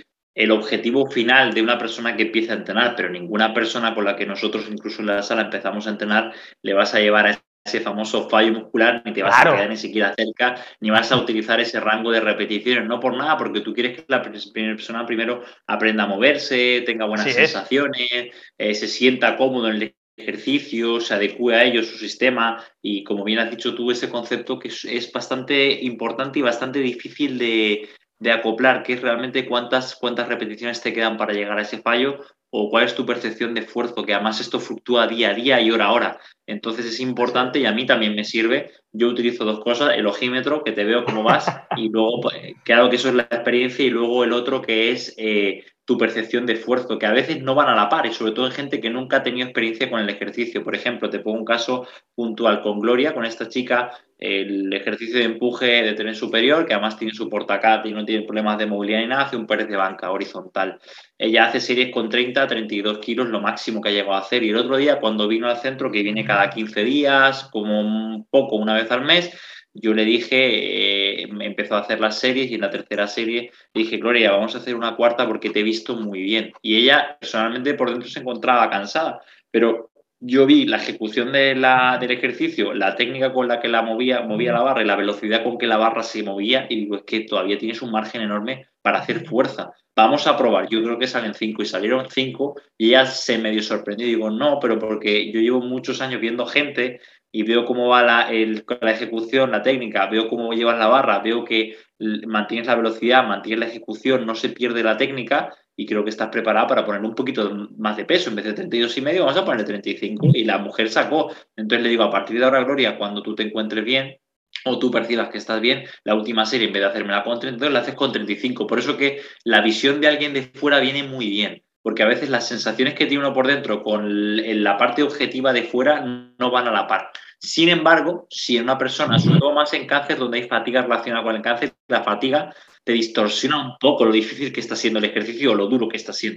el objetivo final de una persona que empieza a entrenar, pero ninguna persona con la que nosotros incluso en la sala empezamos a entrenar le vas a llevar a ese famoso fallo muscular, ni te vas a quedar ni siquiera cerca, ni vas a utilizar ese rango de repeticiones, no por nada, porque tú quieres que la primera persona primero aprenda a moverse, tenga buenas sensaciones, se sienta cómodo en el ejercicio, se adecue a ello su sistema, y como bien has dicho tú, ese concepto que es bastante importante y bastante difícil de acoplar, que es realmente cuántas repeticiones te quedan para llegar a ese fallo, o cuál es tu percepción de esfuerzo, que además esto fluctúa día a día y hora a hora. Entonces es importante, y a mí también me sirve. Yo utilizo 2 cosas: el ojímetro, que te veo cómo vas, y luego, claro que eso es la experiencia, y luego el otro, que es tu percepción de esfuerzo, que a veces no van a la par, y sobre todo en gente que nunca ha tenido experiencia con el ejercicio. Por ejemplo, te pongo un caso puntual con Gloria, con esta chica, el ejercicio de empuje de tren superior, que además tiene su portacate y no tiene problemas de movilidad ni nada, hace un press de banca horizontal. Ella hace series con 30-32 kilos, lo máximo que ha llegado a hacer, y el otro día, cuando vino al centro, que viene cada 15 días, como un poco una vez al mes, yo le dije, empezó a hacer las series, y en la tercera serie le dije, Gloria, vamos a hacer una cuarta porque te he visto muy bien. Y ella personalmente por dentro se encontraba cansada, pero yo vi la ejecución del ejercicio, la técnica con la que la movía la barra y la velocidad con que la barra se movía, y digo, es que todavía tienes un margen enorme para hacer fuerza. Vamos a probar. Yo creo que salen 5, y salieron 5, y ella se medio sorprendió. Y digo, no, pero porque yo llevo muchos años viendo gente y veo cómo va la ejecución, la técnica, veo cómo llevas la barra, veo que mantienes la velocidad, mantienes la ejecución, no se pierde la técnica, y creo que estás preparada para poner un poquito más de peso. En vez de 32,5, vamos a ponerle 35. Y la mujer sacó. Entonces le digo, a partir de ahora, Gloria, cuando tú te encuentres bien o tú percibas que estás bien, la última serie, en vez de hacérmela con 32, la haces con 35. Por eso que la visión de alguien de fuera viene muy bien, porque a veces las sensaciones que tiene uno por dentro con la parte objetiva de fuera no van a la par. Sin embargo, si en una persona, sobre todo más en cáncer, donde hay fatiga relacionada con el cáncer, la fatiga te distorsiona un poco lo difícil que está siendo el ejercicio o lo duro que está siendo.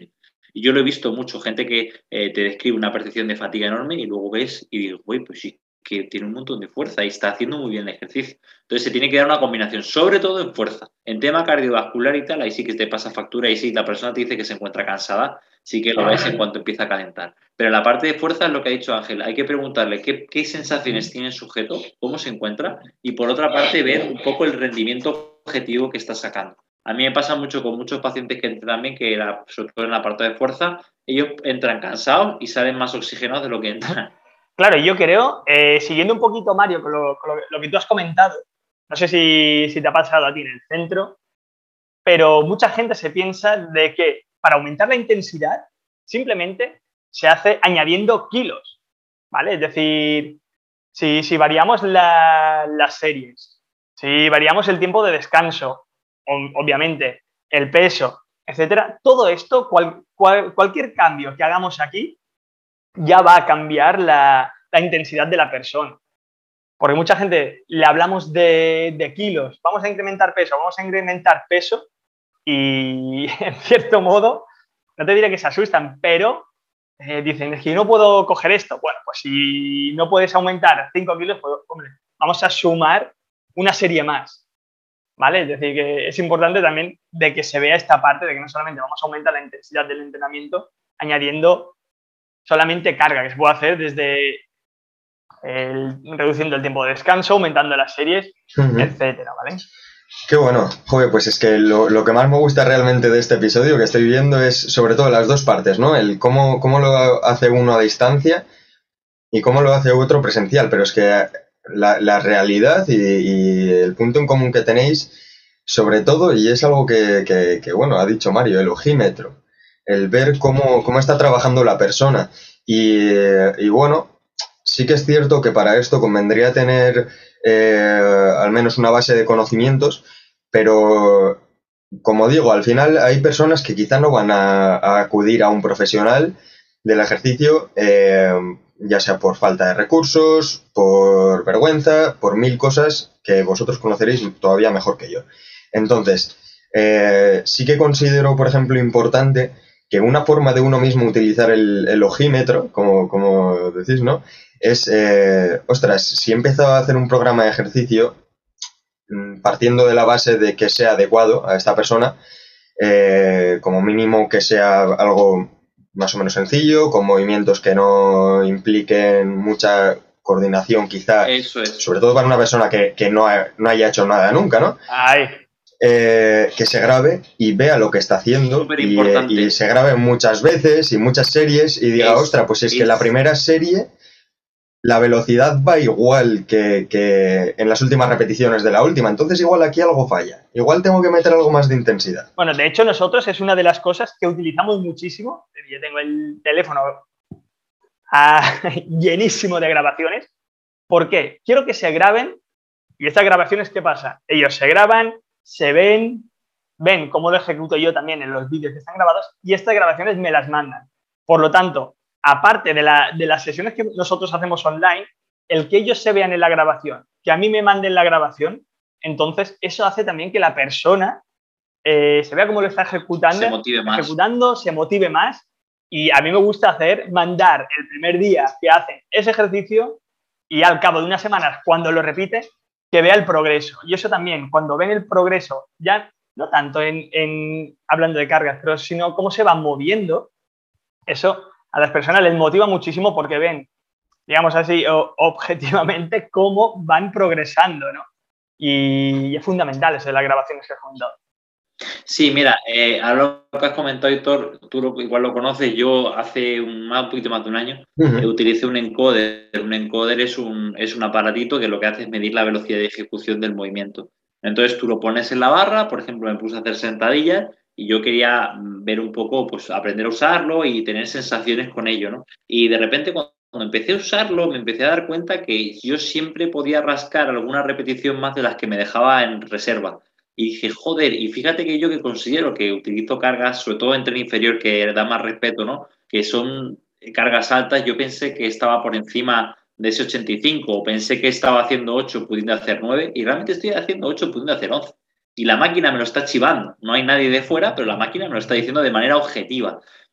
Y yo lo he visto mucho, gente que te describe una percepción de fatiga enorme y luego ves y digo, uy, pues sí, que tiene un montón de fuerza y está haciendo muy bien el ejercicio. Entonces se tiene que dar una combinación, sobre todo en fuerza. En tema cardiovascular y tal, ahí sí que te pasa factura y sí, la persona te dice que se encuentra cansada, sí que lo ves en cuanto empieza a calentar. Pero en la parte de fuerza es lo que ha dicho Ángel, hay que preguntarle qué sensaciones tiene el sujeto, cómo se encuentra y por otra parte ver un poco el rendimiento objetivo que está sacando. A mí me pasa mucho con muchos pacientes que entran también, que sobre todo en la parte de fuerza, ellos entran cansados y salen más oxigenados de lo que entran. Claro, yo creo, siguiendo un poquito, Mario, con lo que tú has comentado, no sé si te ha pasado a ti en el centro, pero mucha gente se piensa de que para aumentar la intensidad simplemente se hace añadiendo kilos, ¿vale? Es decir, si variamos las series, si variamos el tiempo de descanso, obviamente el peso, etcétera, todo esto, cualquier cambio que hagamos aquí ya va a cambiar la intensidad de la persona. Porque mucha gente le hablamos de kilos, vamos a incrementar peso y en cierto modo, no te diré que se asustan, pero dicen, es que yo no puedo coger esto. Bueno, pues si no puedes aumentar 5 kilos, pues hombre, vamos a sumar una serie más, ¿vale? Es decir, que es importante también de que se vea esta parte de que no solamente vamos a aumentar la intensidad del entrenamiento añadiendo solamente carga, que se puede hacer desde reduciendo el tiempo de descanso, aumentando las series, etcétera, ¿vale? Qué bueno. Joder, pues es que lo que más me gusta realmente de este episodio que estoy viendo es sobre todo las dos partes, ¿no? El cómo lo hace uno a distancia y cómo lo hace otro presencial, pero es que la realidad y el punto en común que tenéis, sobre todo, y es algo que bueno, ha dicho Mario, el ojímetro, el ver cómo está trabajando la persona y bueno, sí que es cierto que para esto convendría tener al menos una base de conocimientos, pero como digo, al final hay personas que quizá no van a acudir a un profesional del ejercicio, ya sea por falta de recursos, por vergüenza, por 1000 cosas que vosotros conoceréis todavía mejor que yo. Entonces, sí que considero, por ejemplo, importante que una forma de uno mismo utilizar el ojímetro, como decís, ¿no? Es, ostras, si he empezado a hacer un programa de ejercicio partiendo de la base de que sea adecuado a esta persona, como mínimo que sea algo más o menos sencillo, con movimientos que no impliquen mucha coordinación quizá, Eso es. sobre todo para una persona que no haya hecho nada nunca, ¿no? Ay. Que se grabe y vea lo que está haciendo y se grabe muchas veces y muchas series y diga, ostras, pues es que la primera serie la velocidad va igual que en las últimas repeticiones de la última, entonces igual aquí algo falla, igual tengo que meter algo más de intensidad. Bueno, de hecho nosotros es una de las cosas que utilizamos muchísimo. Yo tengo el teléfono llenísimo de grabaciones. ¿Por qué? Quiero que se graben y estas grabaciones, ¿qué pasa? Ellos se graban, se ven cómo lo ejecuto yo también en los vídeos que están grabados y estas grabaciones me las mandan. Por lo tanto, aparte de las sesiones que nosotros hacemos online, el que ellos se vean en la grabación, que a mí me manden la grabación, entonces eso hace también que la persona se vea cómo lo está ejecutando, se motive más y a mí me gusta mandar el primer día que hacen ese ejercicio y al cabo de unas semanas, cuando lo repite, que vea el progreso. Y eso también, cuando ven el progreso, ya no tanto hablando de cargas, pero sino cómo se van moviendo, eso a las personas les motiva muchísimo porque ven, digamos así, objetivamente cómo van progresando, ¿no? Y es fundamental eso de las grabaciones que has comentado. Sí, mira, a lo que has comentado, Héctor, tú igual lo conoces, yo hace un poquito más de un año utilicé un encoder. Un encoder es un aparatito que lo que hace es medir la velocidad de ejecución del movimiento. Entonces tú lo pones en la barra, por ejemplo, me puse a hacer sentadillas y yo quería ver un poco, pues aprender a usarlo y tener sensaciones con ello, ¿no? Y de repente cuando empecé a usarlo me empecé a dar cuenta que yo siempre podía rascar alguna repetición más de las que me dejaba en reserva. Y dije, joder, y fíjate que yo que considero que utilizo cargas, sobre todo en tren inferior, que da más respeto, ¿no? Que son cargas altas, yo pensé que estaba por encima de ese 85 o pensé que estaba haciendo 8 pudiendo hacer 9 y realmente estoy haciendo 8 pudiendo hacer 11. Y la máquina me lo está chivando. No hay nadie de fuera, pero la máquina me lo está diciendo de manera objetiva.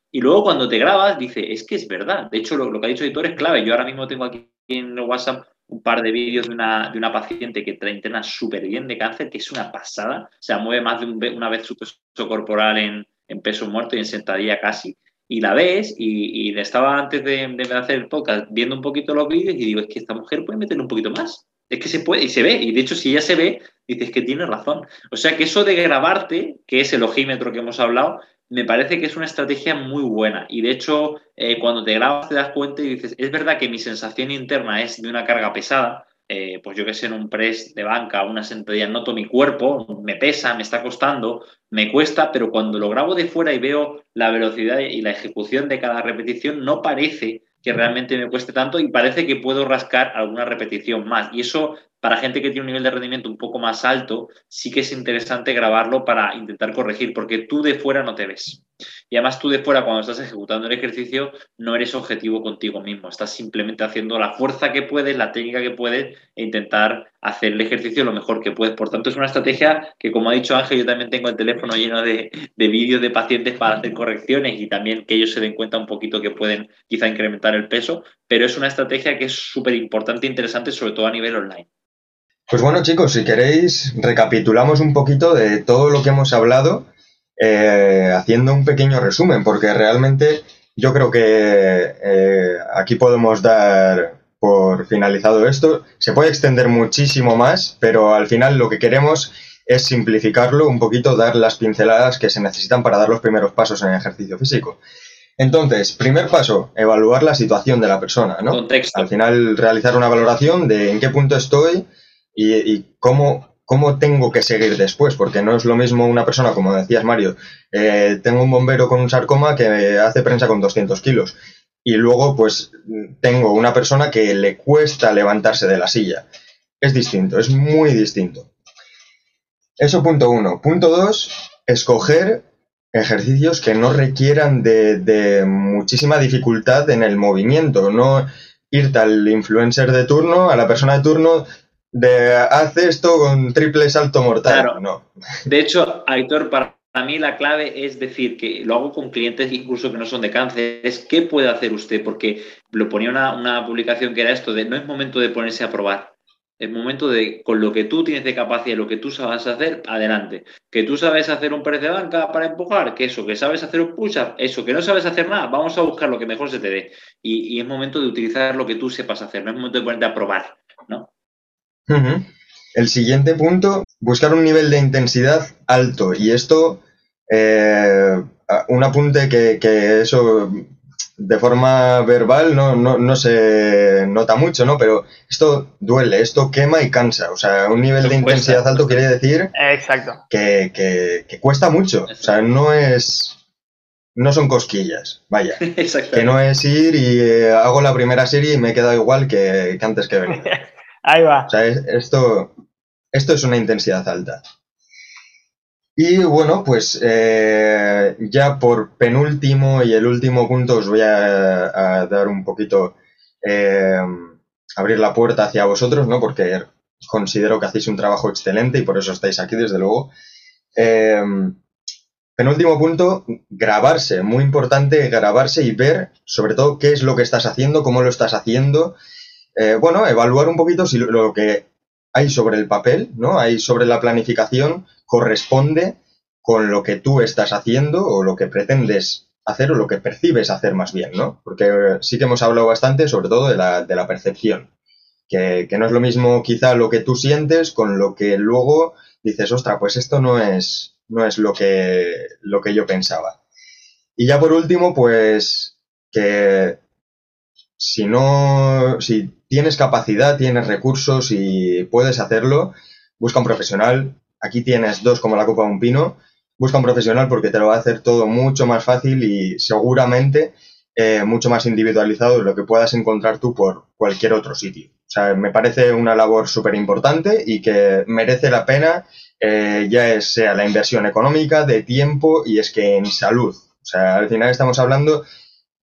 Y luego cuando te grabas, dices, es que es verdad. De hecho, lo que ha dicho Editor es clave. Yo ahora mismo tengo aquí en el WhatsApp un par de vídeos de una paciente que entrena súper bien de cáncer, que es una pasada. O sea, mueve más de una vez su peso corporal en peso muerto y en sentadilla casi. Y la ves y le estaba antes de hacer el podcast viendo un poquito los vídeos y digo, es que esta mujer puede meterle un poquito más. Es que se puede y se ve. Y de hecho, si ya se ve, dices que tiene razón. O sea, que eso de grabarte, que es el ojímetro que hemos hablado, me parece que es una estrategia muy buena. Y de hecho, cuando te grabas te das cuenta y dices, es verdad que mi sensación interna es de una carga pesada. Pues yo que sé, en un press de banca, una sentadilla, noto mi cuerpo, me pesa, me está costando, me cuesta, pero cuando lo grabo de fuera y veo la velocidad y la ejecución de cada repetición, no parece que realmente me cueste tanto y parece que puedo rascar alguna repetición más. Y eso, para gente que tiene un nivel de rendimiento un poco más alto, sí que es interesante grabarlo para intentar corregir, porque tú de fuera no te ves. Y además tú de fuera, cuando estás ejecutando el ejercicio, no eres objetivo contigo mismo. Estás simplemente haciendo la fuerza que puedes, la técnica que puedes e intentar hacer el ejercicio lo mejor que puedes. Por tanto, es una estrategia que, como ha dicho Ángel, yo también tengo el teléfono lleno de vídeos de pacientes para hacer correcciones y también que ellos se den cuenta un poquito que pueden quizá incrementar el peso, pero es una estrategia que es súper importante e interesante, sobre todo a nivel online. Pues bueno, chicos, si queréis, recapitulamos un poquito de todo lo que hemos hablado, haciendo un pequeño resumen, porque realmente yo creo que aquí podemos dar por finalizado esto. Se puede extender muchísimo más, pero al final lo que queremos es simplificarlo un poquito, dar las pinceladas que se necesitan para dar los primeros pasos en el ejercicio físico. Entonces, primer paso, evaluar la situación de la persona, ¿no? Contexto. Al final, realizar una valoración de en qué punto estoy y cómo tengo que seguir después, porque no es lo mismo una persona, como decías, Mario, tengo un bombero con un sarcoma que hace prensa con 200 kilos y luego pues tengo una persona que le cuesta levantarse de la silla. Es distinto, es muy distinto. Eso punto uno. Punto dos, escoger ejercicios que no requieran de muchísima dificultad en el movimiento, no irte al influencer de turno, a la persona de turno, de haz esto con triple salto mortal. Claro. No. De hecho, Aitor, para mí la clave es decir que lo hago con clientes incluso que no son de cáncer, es qué puede hacer usted, porque lo ponía una publicación que era esto de no es momento de ponerse a probar. Es momento de, con lo que tú tienes de capacidad, lo que tú sabes hacer, adelante. Que tú sabes hacer un press de banca para empujar, que eso, que sabes hacer un push-up, eso, que no sabes hacer nada, vamos a buscar lo que mejor se te dé. Y es momento de utilizar lo que tú sepas hacer, no es momento de ponerte a probar, ¿no? Uh-huh. El siguiente punto, buscar un nivel de intensidad alto. Y esto, un apunte que eso de forma verbal no se nota mucho, ¿no? Pero esto duele, esto quema y cansa. O sea, un nivel de intensidad alto quiere decir exacto. Que cuesta mucho. O sea, no son cosquillas, vaya. Que no es ir y hago la primera serie y me he quedado igual que antes que he venido. Ahí va. O sea, esto es una intensidad alta. Y bueno, pues ya por penúltimo y el último punto os voy a dar un poquito, abrir la puerta hacia vosotros, ¿no? Porque considero que hacéis un trabajo excelente y por eso estáis aquí, desde luego. Penúltimo punto, grabarse. Muy importante grabarse y ver, sobre todo, qué es lo que estás haciendo, cómo lo estás haciendo. Bueno, evaluar un poquito si lo que hay sobre el papel, ¿no? Hay sobre la planificación, corresponde con lo que tú estás haciendo o lo que pretendes hacer o lo que percibes hacer más bien, ¿no? Porque sí que hemos hablado bastante, sobre todo, de la percepción. Que no es lo mismo quizá lo que tú sientes con lo que luego dices, ostra, pues esto no es lo que yo pensaba. Y ya por último, pues que si tienes capacidad, tienes recursos y puedes hacerlo, busca un profesional. Aquí tienes dos como la copa de un pino. Busca un profesional porque te lo va a hacer todo mucho más fácil y seguramente mucho más individualizado de lo que puedas encontrar tú por cualquier otro sitio. O sea, me parece una labor súper importante y que merece la pena, ya sea la inversión económica, de tiempo y es que en salud. O sea, al final estamos hablando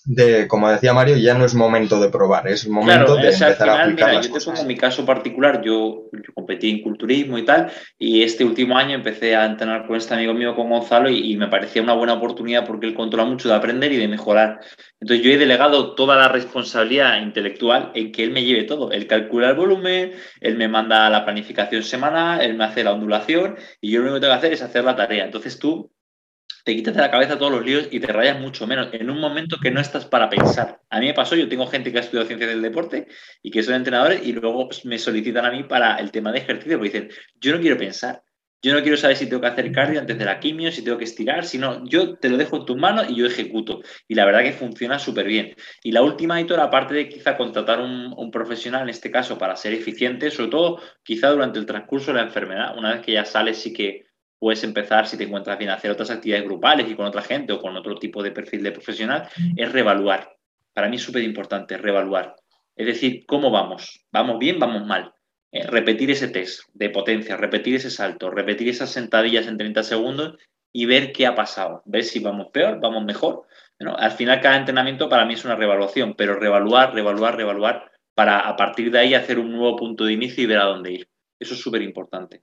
como decía Mario, ya no es momento de probar, es momento de empezar a aplicar las cosas. Yo te pongo mi caso particular, yo competí en culturismo y tal, y este último año empecé a entrenar con este amigo mío, con Gonzalo, y me parecía una buena oportunidad porque él controla mucho de aprender y de mejorar. Entonces yo he delegado toda la responsabilidad intelectual en que él me lleve todo. Él calcula el volumen, él me manda la planificación semanal, él me hace la ondulación, y yo lo único que tengo que hacer es hacer la tarea. Entonces tú te quitas de la cabeza todos los líos y te rayas mucho menos en un momento que no estás para pensar. A mí me pasó, yo tengo gente que ha estudiado ciencias del deporte y que son entrenadores y luego pues, me solicitan a mí para el tema de ejercicio porque dicen, yo no quiero pensar, yo no quiero saber si tengo que hacer cardio antes de la quimio, si tengo que estirar, sino yo te lo dejo en tus manos y yo ejecuto. Y la verdad que funciona súper bien. Y la última, Aitor, aparte de quizá contratar un profesional, en este caso, para ser eficiente, sobre todo quizá durante el transcurso de la enfermedad, una vez que ya sales sí que puedes empezar, si te encuentras bien, a hacer otras actividades grupales y con otra gente o con otro tipo de perfil de profesional, es reevaluar. Para mí es súper importante reevaluar. Es decir, ¿cómo vamos? ¿Vamos bien? ¿Vamos mal? Repetir ese test de potencia, repetir ese salto, repetir esas sentadillas en 30 segundos y ver qué ha pasado. Ver si vamos peor, vamos mejor. ¿No? Al final, cada entrenamiento para mí es una reevaluación, pero reevaluar para a partir de ahí hacer un nuevo punto de inicio y ver a dónde ir. Eso es súper importante.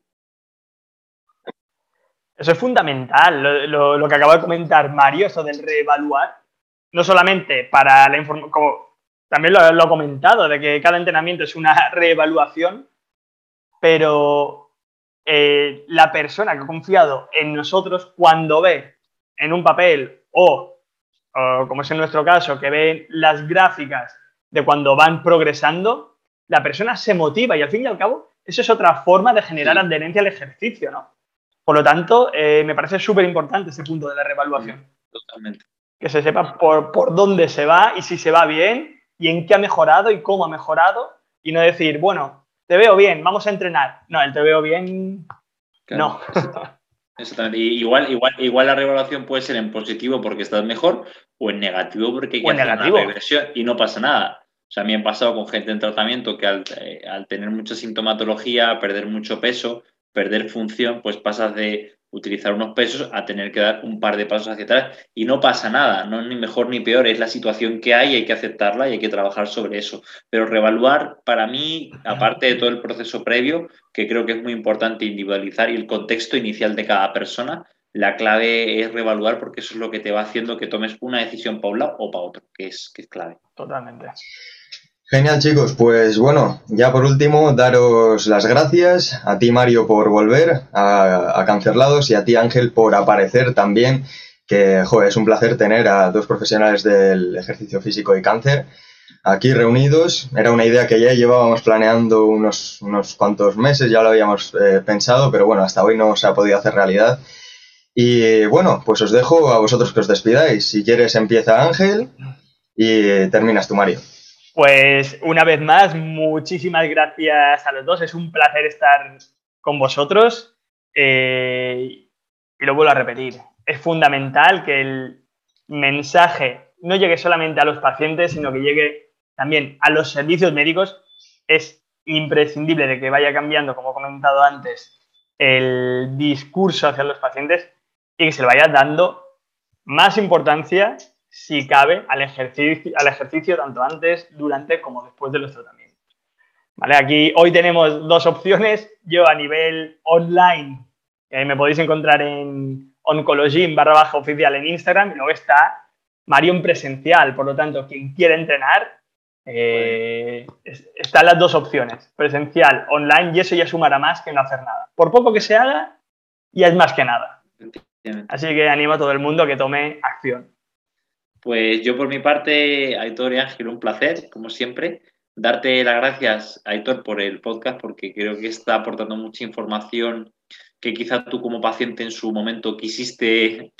Eso es fundamental, lo que acaba de comentar Mario, eso del reevaluar, no solamente para la información, como también lo ha comentado, de que cada entrenamiento es una reevaluación, pero la persona que ha confiado en nosotros, cuando ve en un papel o como es en nuestro caso, que ve las gráficas de cuando van progresando, la persona se motiva y al fin y al cabo eso es otra forma de generar adherencia al ejercicio, ¿no? Por lo tanto, me parece súper importante ese punto de la reevaluación. Totalmente. Que se sepa por dónde se va y si se va bien y en qué ha mejorado y cómo ha mejorado y no decir, bueno, te veo bien, vamos a entrenar. No, el te veo bien, claro, no. Exactamente. Igual la reevaluación puede ser en positivo porque estás mejor o en negativo porque hay que hacer una regresión y no pasa nada. O sea, a mí me ha pasado con gente en tratamiento que al tener mucha sintomatología, perder mucho peso, perder función, pues pasas de utilizar unos pesos a tener que dar un par de pasos hacia atrás y no pasa nada, no es ni mejor ni peor, es la situación que hay que aceptarla y hay que trabajar sobre eso. Pero reevaluar, para mí, aparte de todo el proceso previo, que creo que es muy importante individualizar y el contexto inicial de cada persona, la clave es reevaluar porque eso es lo que te va haciendo que tomes una decisión para un lado o para otro, que es clave. Totalmente. Genial, chicos. Pues bueno, ya por último, daros las gracias a ti, Mario, por volver a Cancerlados y a ti, Ángel, por aparecer también, que joder, es un placer tener a dos profesionales del ejercicio físico y cáncer aquí reunidos. Era una idea que ya llevábamos planeando unos cuantos meses, ya lo habíamos pensado, pero bueno, hasta hoy no se ha podido hacer realidad. Y bueno, pues os dejo a vosotros que os despidáis. Si quieres empieza Ángel y terminas tú, Mario. Pues una vez más, muchísimas gracias a los dos. Es un placer estar con vosotros. Y lo vuelvo a repetir. Es fundamental que el mensaje no llegue solamente a los pacientes, sino que llegue también a los servicios médicos. Es imprescindible de que vaya cambiando, como he comentado antes, el discurso hacia los pacientes y que se le vaya dando más importancia, si cabe, al ejercicio tanto antes, durante como después de los tratamientos. ¿Vale? Aquí hoy tenemos dos opciones. Yo a nivel online, me podéis encontrar en oncologym_oficial en Instagram, y luego está Mario en presencial. Por lo tanto, quien quiera entrenar, están las dos opciones, presencial, online, y eso ya sumará más que no hacer nada. Por poco que se haga, ya es más que nada. Así que animo a todo el mundo a que tome acción. Pues yo por mi parte, Aitor y Ángel, un placer, como siempre. Darte las gracias, Aitor, por el podcast, porque creo que está aportando mucha información que quizá tú como paciente en su momento quisiste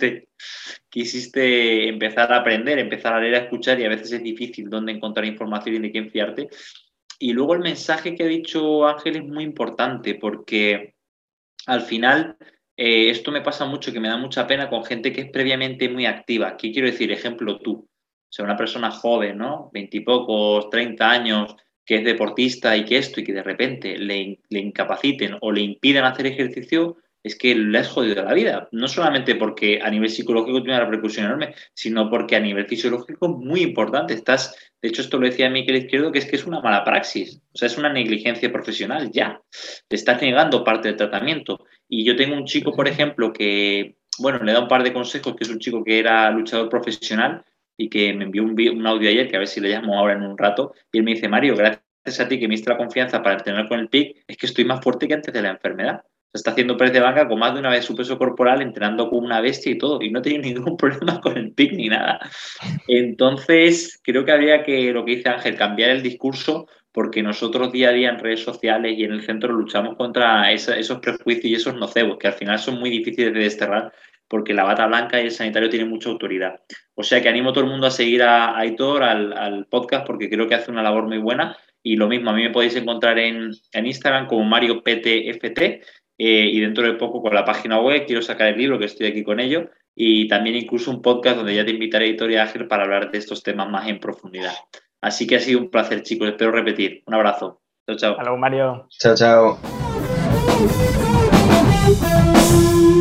empezar a aprender, empezar a leer, a escuchar, y a veces es difícil dónde encontrar información y de quién fiarte. Y luego el mensaje que ha dicho Ángel es muy importante, porque al final esto me pasa mucho, que me da mucha pena con gente que es previamente muy activa. ¿Qué quiero decir? Ejemplo, tú. O sea, una persona joven, ¿no? 20 y pocos, 30 años, que es deportista y que de repente le incapaciten o le impidan hacer ejercicio, es que le has jodido la vida. No solamente porque a nivel psicológico tiene una repercusión enorme, sino porque a nivel fisiológico es muy importante. De hecho, esto lo decía Miquel Izquierdo, que es una mala praxis. O sea, es una negligencia profesional ya. Te estás negando parte del tratamiento. Y yo tengo un chico, por ejemplo, que, bueno, le da un par de consejos, que es un chico que era luchador profesional y que me envió un audio ayer, que a ver si le llamo ahora en un rato, y él me dice, Mario, gracias a ti que me diste la confianza para entrenar con el PIC, es que estoy más fuerte que antes de la enfermedad. Se está haciendo press de banca con más de una vez su peso corporal, entrenando como una bestia y todo, y no tiene ningún problema con el PIC ni nada. Entonces, creo que habría que, lo que dice Ángel, cambiar el discurso, porque nosotros día a día en redes sociales y en el centro luchamos contra esos prejuicios y esos nocebos, que al final son muy difíciles de desterrar, porque la bata blanca y el sanitario tienen mucha autoridad. O sea que animo a todo el mundo a seguir a Aitor, al podcast, porque creo que hace una labor muy buena. Y lo mismo, a mí me podéis encontrar en Instagram como MarioPTFT, y dentro de poco con la página web quiero sacar el libro, que estoy aquí con ello, y también incluso un podcast donde ya te invitaré, Aitor y Ángel, para hablar de estos temas más en profundidad. Así que ha sido un placer, chicos. Espero repetir. Un abrazo. Chao, chao. Hasta luego, Mario. Chao, chao.